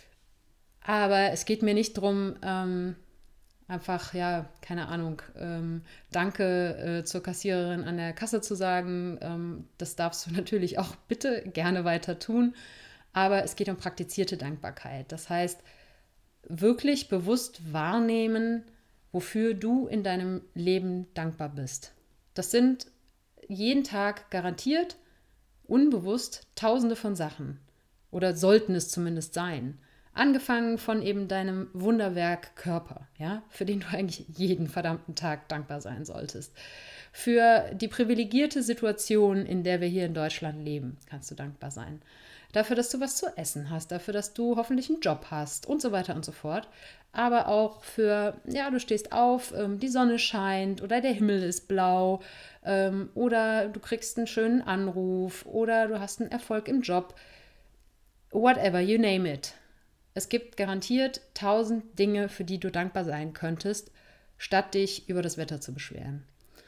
Aber es geht mir nicht darum, ähm, einfach, ja, keine Ahnung, ähm, Danke äh, zur Kassiererin an der Kasse zu sagen. Ähm, das darfst du natürlich auch bitte gerne weiter tun. Aber es geht um praktizierte Dankbarkeit. Das heißt, wirklich bewusst wahrnehmen, wofür du in deinem Leben dankbar bist. Das sind jeden Tag garantiert, unbewusst Tausende von Sachen. Oder sollten es zumindest sein. Angefangen von eben deinem Wunderwerk Körper, ja, für den du eigentlich jeden verdammten Tag dankbar sein solltest. Für die privilegierte Situation, in der wir hier in Deutschland leben, kannst du dankbar sein. Dafür, dass du was zu essen hast, dafür, dass du hoffentlich einen Job hast und so weiter und so fort. Aber auch für, ja, du stehst auf, ähm, die Sonne scheint oder der Himmel ist blau ähm, oder du kriegst einen schönen Anruf oder du hast einen Erfolg im Job. Whatever, you name it. Es gibt garantiert tausend Dinge, für die du dankbar sein könntest, statt dich über das Wetter zu beschweren.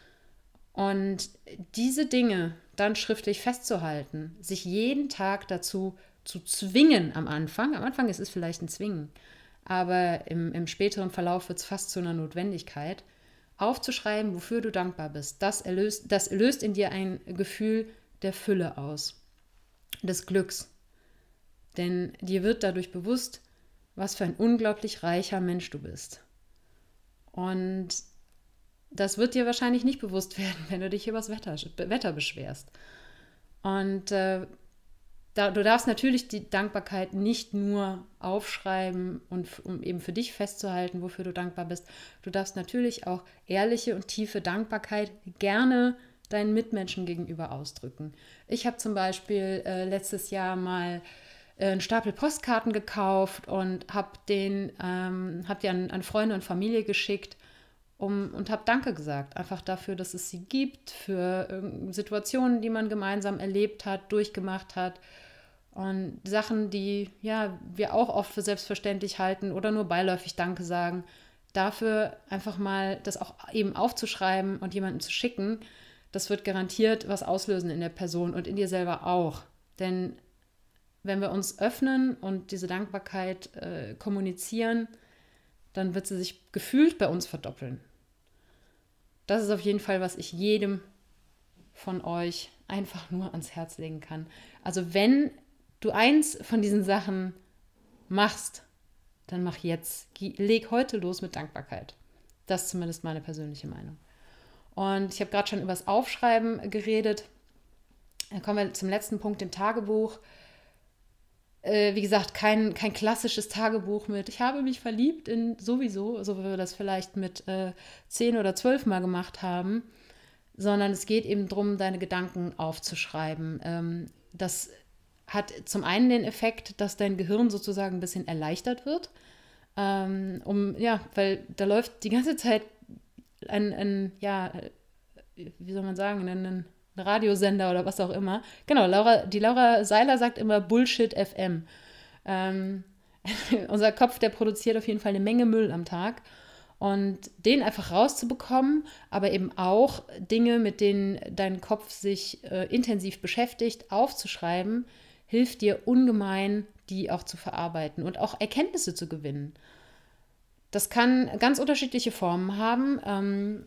Und diese Dinge dann schriftlich festzuhalten, sich jeden Tag dazu zu zwingen am Anfang, am Anfang ist es vielleicht ein Zwingen, aber im, im späteren Verlauf wird es fast zu einer Notwendigkeit, aufzuschreiben, wofür du dankbar bist. Das, erlöst, das löst in dir ein Gefühl der Fülle aus, des Glücks. Denn dir wird dadurch bewusst, was für ein unglaublich reicher Mensch du bist. Und das wird dir wahrscheinlich nicht bewusst werden, wenn du dich über das Wetter, Wetter beschwerst. Und äh, da, du darfst natürlich die Dankbarkeit nicht nur aufschreiben, und, um eben für dich festzuhalten, wofür du dankbar bist. Du darfst natürlich auch ehrliche und tiefe Dankbarkeit gerne deinen Mitmenschen gegenüber ausdrücken. Ich habe zum Beispiel äh, letztes Jahr mal einen Stapel Postkarten gekauft und habe den ähm, hab die an, an Freunde und Familie geschickt um, und habe Danke gesagt. Einfach dafür, dass es sie gibt, für äh, Situationen, die man gemeinsam erlebt hat, durchgemacht hat und Sachen, die ja, wir auch oft für selbstverständlich halten oder nur beiläufig Danke sagen. Dafür einfach mal das auch eben aufzuschreiben und jemandem zu schicken, das wird garantiert was auslösen in der Person und in dir selber auch. Denn wenn wir uns öffnen und diese Dankbarkeit äh, kommunizieren, dann wird sie sich gefühlt bei uns verdoppeln. Das ist auf jeden Fall, was ich jedem von euch einfach nur ans Herz legen kann. Also wenn du eins von diesen Sachen machst, dann mach jetzt. Leg heute los mit Dankbarkeit. Das ist zumindest meine persönliche Meinung. Und ich habe gerade schon über das Aufschreiben geredet. Dann kommen wir zum letzten Punkt, dem Tagebuch. Wie gesagt, kein, kein klassisches Tagebuch mit ich habe mich verliebt in sowieso, so wie wir das vielleicht mit äh, zehn oder zwölf Mal gemacht haben, sondern es geht eben darum, deine Gedanken aufzuschreiben. Ähm, das hat zum einen den Effekt, dass dein Gehirn sozusagen ein bisschen erleichtert wird, ähm, um, ja, weil da läuft die ganze Zeit ein, ein ja, wie soll man sagen, ein, ein Radiosender oder was auch immer. Genau, Laura, die Laura Seiler sagt immer Bullshit F M. Ähm, unser Kopf, der produziert auf jeden Fall eine Menge Müll am Tag. Und den einfach rauszubekommen, aber eben auch Dinge, mit denen dein Kopf sich äh, intensiv beschäftigt, aufzuschreiben, hilft dir ungemein, die auch zu verarbeiten und auch Erkenntnisse zu gewinnen. Das kann ganz unterschiedliche Formen haben. Ähm,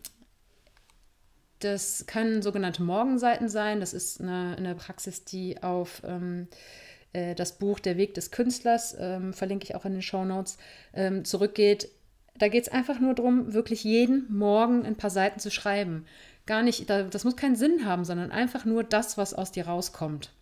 Das können sogenannte Morgenseiten sein. Das ist eine, eine Praxis, die auf ähm, äh, das Buch Der Weg des Künstlers, ähm, verlinke ich auch in den Shownotes, ähm, zurückgeht. Da geht es einfach nur darum, wirklich jeden Morgen ein paar Seiten zu schreiben. gar nicht, das muss keinen Sinn haben, sondern einfach nur das, was aus dir rauskommt.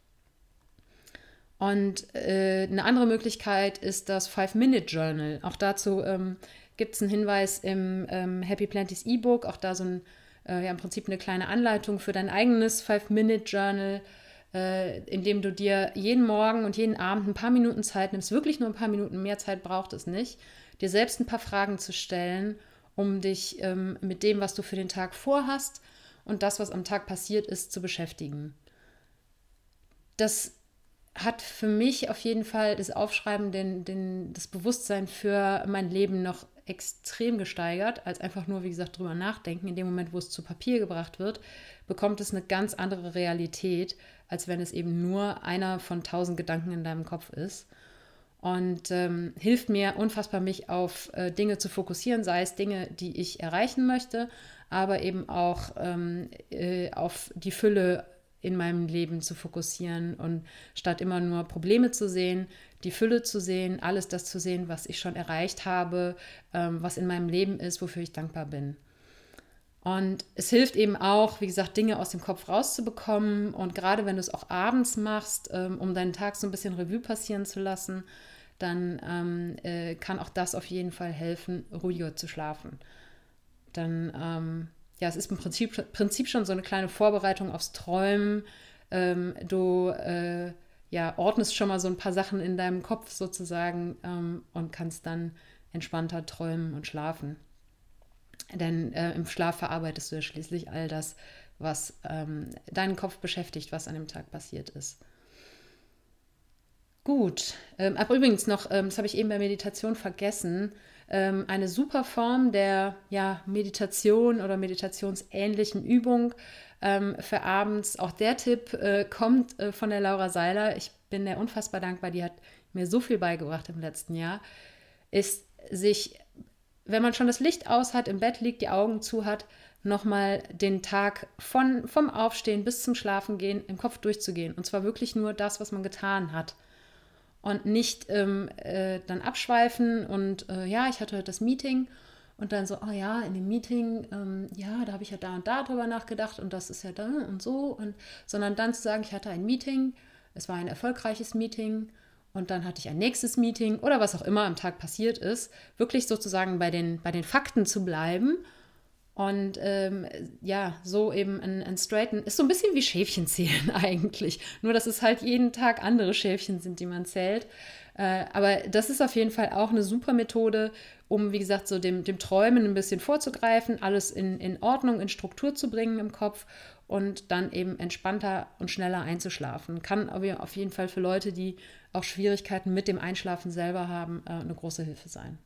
Und äh, eine andere Möglichkeit ist das Five-Minute-Journal. Auch dazu ähm, gibt es einen Hinweis im ähm, Happy Planties E-Book, auch da so ein, äh, ja, im Prinzip eine kleine Anleitung für dein eigenes Five-Minute-Journal, äh, in dem du dir jeden Morgen und jeden Abend ein paar Minuten Zeit nimmst, wirklich nur ein paar Minuten, mehr Zeit braucht es nicht, dir selbst ein paar Fragen zu stellen, um dich ähm, mit dem, was du für den Tag vorhast und das, was am Tag passiert ist, zu beschäftigen. Das hat für mich auf jeden Fall das Aufschreiben, den, den, das Bewusstsein für mein Leben noch extrem gesteigert, als einfach nur, wie gesagt, drüber nachdenken. In dem Moment, wo es zu Papier gebracht wird, bekommt es eine ganz andere Realität, als wenn es eben nur einer von tausend Gedanken in deinem Kopf ist. Und ähm, hilft mir unfassbar, mich auf äh, Dinge zu fokussieren, sei es Dinge, die ich erreichen möchte, aber eben auch ähm, äh, auf die Fülle in meinem Leben zu fokussieren und statt immer nur Probleme zu sehen, die Fülle zu sehen, alles das zu sehen, was ich schon erreicht habe, ähm, was in meinem Leben ist, wofür ich dankbar bin. Und es hilft eben auch, wie gesagt, Dinge aus dem Kopf rauszubekommen und gerade wenn du es auch abends machst, ähm, um deinen Tag so ein bisschen Revue passieren zu lassen, dann ähm, äh, kann auch das auf jeden Fall helfen, ruhiger zu schlafen. Dann ähm, Ja, es ist im Prinzip, Prinzip schon so eine kleine Vorbereitung aufs Träumen. Ähm, du äh, ja, ordnest schon mal so ein paar Sachen in deinem Kopf sozusagen ähm, und kannst dann entspannter träumen und schlafen. Denn äh, im Schlaf verarbeitest du ja schließlich all das, was ähm, deinen Kopf beschäftigt, was an dem Tag passiert ist. Gut, ähm, aber übrigens noch, ähm, das habe ich eben bei Meditation vergessen, ähm, eine super Form der ja, Meditation oder meditationsähnlichen Übung ähm, für abends. Auch der Tipp äh, kommt äh, von der Laura Seiler. Ich bin der unfassbar dankbar, die hat mir so viel beigebracht im letzten Jahr, ist sich, wenn man schon das Licht aus hat, im Bett liegt, die Augen zu hat, nochmal den Tag von, vom Aufstehen bis zum Schlafengehen im Kopf durchzugehen. Und zwar wirklich nur das, was man getan hat. Und nicht ähm, äh, dann abschweifen und äh, ja, ich hatte heute das Meeting und dann so, oh ja, in dem Meeting, ähm, ja, da habe ich ja da und da drüber nachgedacht und das ist ja da und so. Und, sondern dann zu sagen, ich hatte ein Meeting, es war ein erfolgreiches Meeting und dann hatte ich ein nächstes Meeting oder was auch immer am Tag passiert ist, wirklich sozusagen bei den, bei den Fakten zu bleiben. Und ähm, ja, so eben ein, ein Straighten ist so ein bisschen wie Schäfchen zählen eigentlich. Nur, dass es halt jeden Tag andere Schäfchen sind, die man zählt. Äh, aber das ist auf jeden Fall auch eine super Methode, um, wie gesagt, so dem, dem Träumen ein bisschen vorzugreifen, alles in, in Ordnung, in Struktur zu bringen im Kopf und dann eben entspannter und schneller einzuschlafen. Kann aber auf jeden Fall für Leute, die auch Schwierigkeiten mit dem Einschlafen selber haben, äh, eine große Hilfe sein.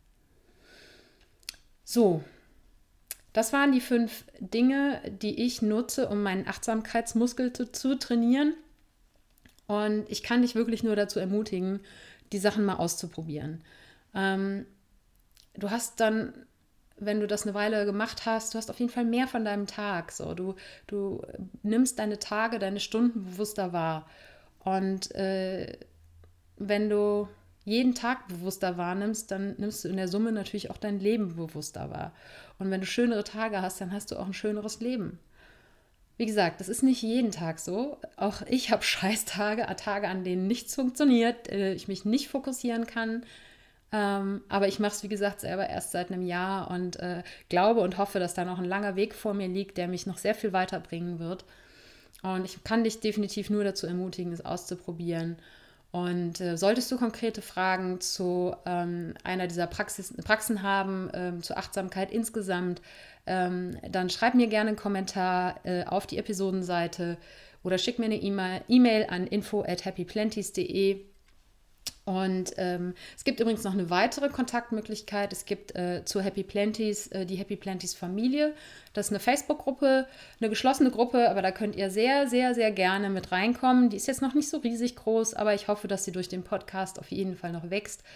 So. Das waren die fünf Dinge, die ich nutze, um meinen Achtsamkeitsmuskel zu, zu trainieren. Und ich kann dich wirklich nur dazu ermutigen, die Sachen mal auszuprobieren. Ähm, du hast dann, wenn du das eine Weile gemacht hast, du hast auf jeden Fall mehr von deinem Tag. So. Du, du nimmst deine Tage, deine Stunden bewusster wahr. Und äh, wenn du jeden Tag bewusster wahrnimmst, dann nimmst du in der Summe natürlich auch dein Leben bewusster wahr. Und wenn du schönere Tage hast, dann hast du auch ein schöneres Leben. Wie gesagt, das ist nicht jeden Tag so. Auch ich habe Scheißtage, Tage, an denen nichts funktioniert, ich mich nicht fokussieren kann. Aber ich mache es, wie gesagt, selber erst seit einem Jahr und glaube und hoffe, dass da noch ein langer Weg vor mir liegt, der mich noch sehr viel weiterbringen wird. Und ich kann dich definitiv nur dazu ermutigen, es auszuprobieren. Und äh, solltest du konkrete Fragen zu ähm, einer dieser Praxis, Praxen haben, ähm, zur Achtsamkeit insgesamt, ähm, dann schreib mir gerne einen Kommentar äh, auf die Episodenseite oder schick mir eine E-Mail, E-Mail an info at happy planties punkt de. Und ähm, es gibt übrigens noch eine weitere Kontaktmöglichkeit. Es gibt äh, zu Happy Planties äh, die Happy Planties Familie. Das ist eine Facebook-Gruppe, eine geschlossene Gruppe, aber da könnt ihr sehr, sehr, sehr gerne mit reinkommen. Die ist jetzt noch nicht so riesig groß, aber ich hoffe, dass sie durch den Podcast auf jeden Fall noch wächst.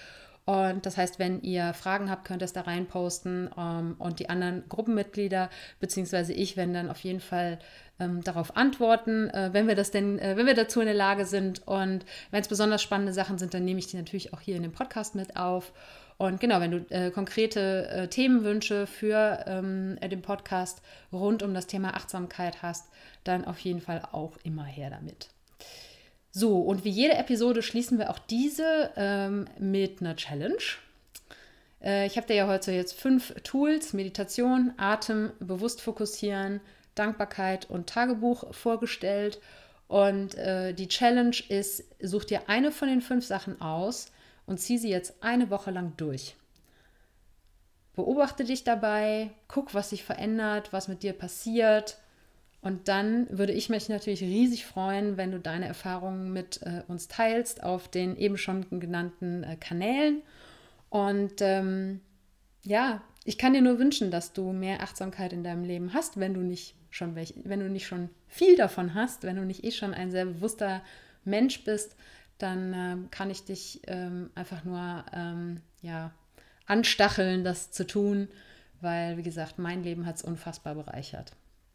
Und das heißt, wenn ihr Fragen habt, könnt ihr es da rein posten. Ähm, und die anderen Gruppenmitglieder, beziehungsweise ich, werden dann auf jeden Fall ähm, darauf antworten, äh, wenn wir das denn, äh, wenn wir dazu in der Lage sind. Und wenn es besonders spannende Sachen sind, dann nehme ich die natürlich auch hier in dem Podcast mit auf. Und genau, wenn du äh, konkrete äh, Themenwünsche für ähm, den Podcast rund um das Thema Achtsamkeit hast, dann auf jeden Fall auch immer her damit. So, und wie jede Episode schließen wir auch diese ähm, mit einer Challenge. Äh, ich habe dir ja heute jetzt fünf Tools, Meditation, Atem, bewusst fokussieren, Dankbarkeit und Tagebuch vorgestellt. Und äh, die Challenge ist, such dir eine von den fünf Sachen aus und zieh sie jetzt eine Woche lang durch. Beobachte dich dabei, guck, was sich verändert, was mit dir passiert. Und dann würde ich mich natürlich riesig freuen, wenn du deine Erfahrungen mit äh, uns teilst auf den eben schon genannten äh, Kanälen. Und ähm, ja, ich kann dir nur wünschen, dass du mehr Achtsamkeit in deinem Leben hast, wenn du nicht schon welch, wenn du nicht schon viel davon hast, wenn du nicht eh schon ein sehr bewusster Mensch bist, dann ähm, kann ich dich ähm, einfach nur ähm, ja, anstacheln, das zu tun, weil, wie gesagt, mein Leben hat es unfassbar bereichert.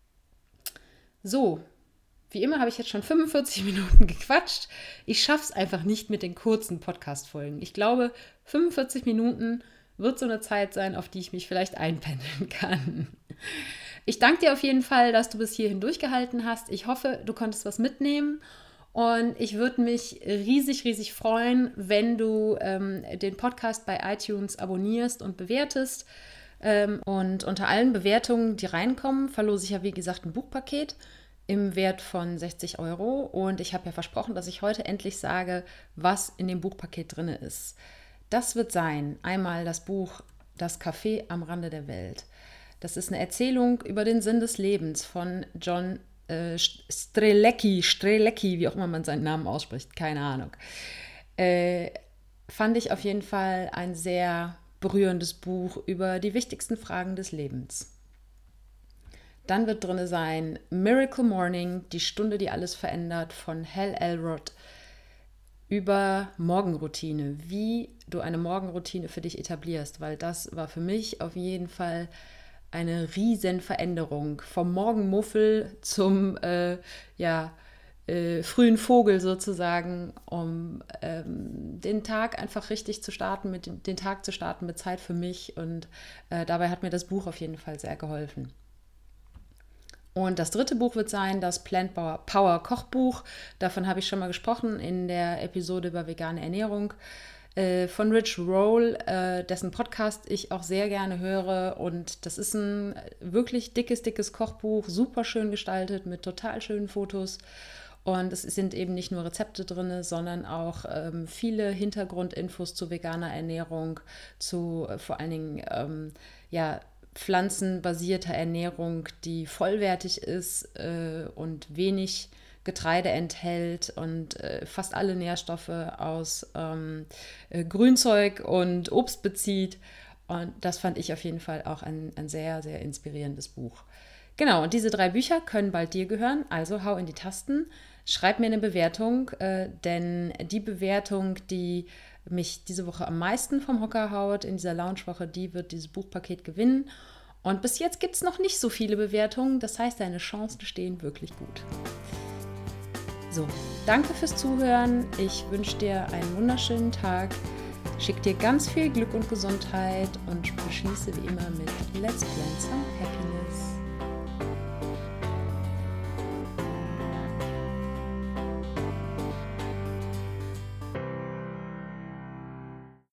So, wie immer habe ich jetzt schon fünfundvierzig Minuten gequatscht. Ich schaffe es einfach nicht mit den kurzen Podcast-Folgen. Ich glaube, fünfundvierzig Minuten wird so eine Zeit sein, auf die ich mich vielleicht einpendeln kann. Ich danke dir auf jeden Fall, dass du bis hierhin durchgehalten hast. Ich hoffe, du konntest was mitnehmen. Und ich würde mich riesig, riesig freuen, wenn du ähm, den Podcast bei iTunes abonnierst und bewertest. Und unter allen Bewertungen, die reinkommen, verlose ich ja, wie gesagt, ein Buchpaket im Wert von sechzig Euro. Und ich habe ja versprochen, dass ich heute endlich sage, was in dem Buchpaket drin ist. Das wird sein, einmal das Buch Das Café am Rande der Welt. Das ist eine Erzählung über den Sinn des Lebens von John äh, Strelecki, Strelecki, wie auch immer man seinen Namen ausspricht, keine Ahnung. Äh, fand ich auf jeden Fall ein sehr berührendes Buch über die wichtigsten Fragen des Lebens. Dann wird drin sein Miracle Morning, die Stunde, die alles verändert, von Hal Elrod, über Morgenroutine, wie du eine Morgenroutine für dich etablierst, weil das war für mich auf jeden Fall eine riesen Veränderung. Vom Morgenmuffel zum äh, ja, Äh, frühen Vogel sozusagen, um ähm, den Tag einfach richtig zu starten, mit den Tag zu starten mit Zeit für mich, und äh, dabei hat mir das Buch auf jeden Fall sehr geholfen. Und das dritte Buch wird sein das Plant Power Kochbuch. Davon habe ich schon mal gesprochen in der Episode über vegane Ernährung äh, von Rich Roll, äh, dessen Podcast ich auch sehr gerne höre. Und das ist ein wirklich dickes, dickes Kochbuch, super schön gestaltet mit total schönen Fotos. Und es sind eben nicht nur Rezepte drin, sondern auch ähm, viele Hintergrundinfos zu veganer Ernährung, zu äh, vor allen Dingen ähm, ja, pflanzenbasierter Ernährung, die vollwertig ist äh, und wenig Getreide enthält und äh, fast alle Nährstoffe aus ähm, äh, Grünzeug und Obst bezieht. Und das fand ich auf jeden Fall auch ein, ein sehr, sehr inspirierendes Buch. Genau, und diese drei Bücher können bald dir gehören, also hau in die Tasten. Schreib mir eine Bewertung, äh, denn die Bewertung, die mich diese Woche am meisten vom Hocker haut in dieser Launchwoche, die wird dieses Buchpaket gewinnen. Und bis jetzt gibt es noch nicht so viele Bewertungen, das heißt, deine Chancen stehen wirklich gut. So, danke fürs Zuhören. Ich wünsche dir einen wunderschönen Tag. Schick dir ganz viel Glück und Gesundheit und beschließe wie immer mit Let's Plant Some Happiness.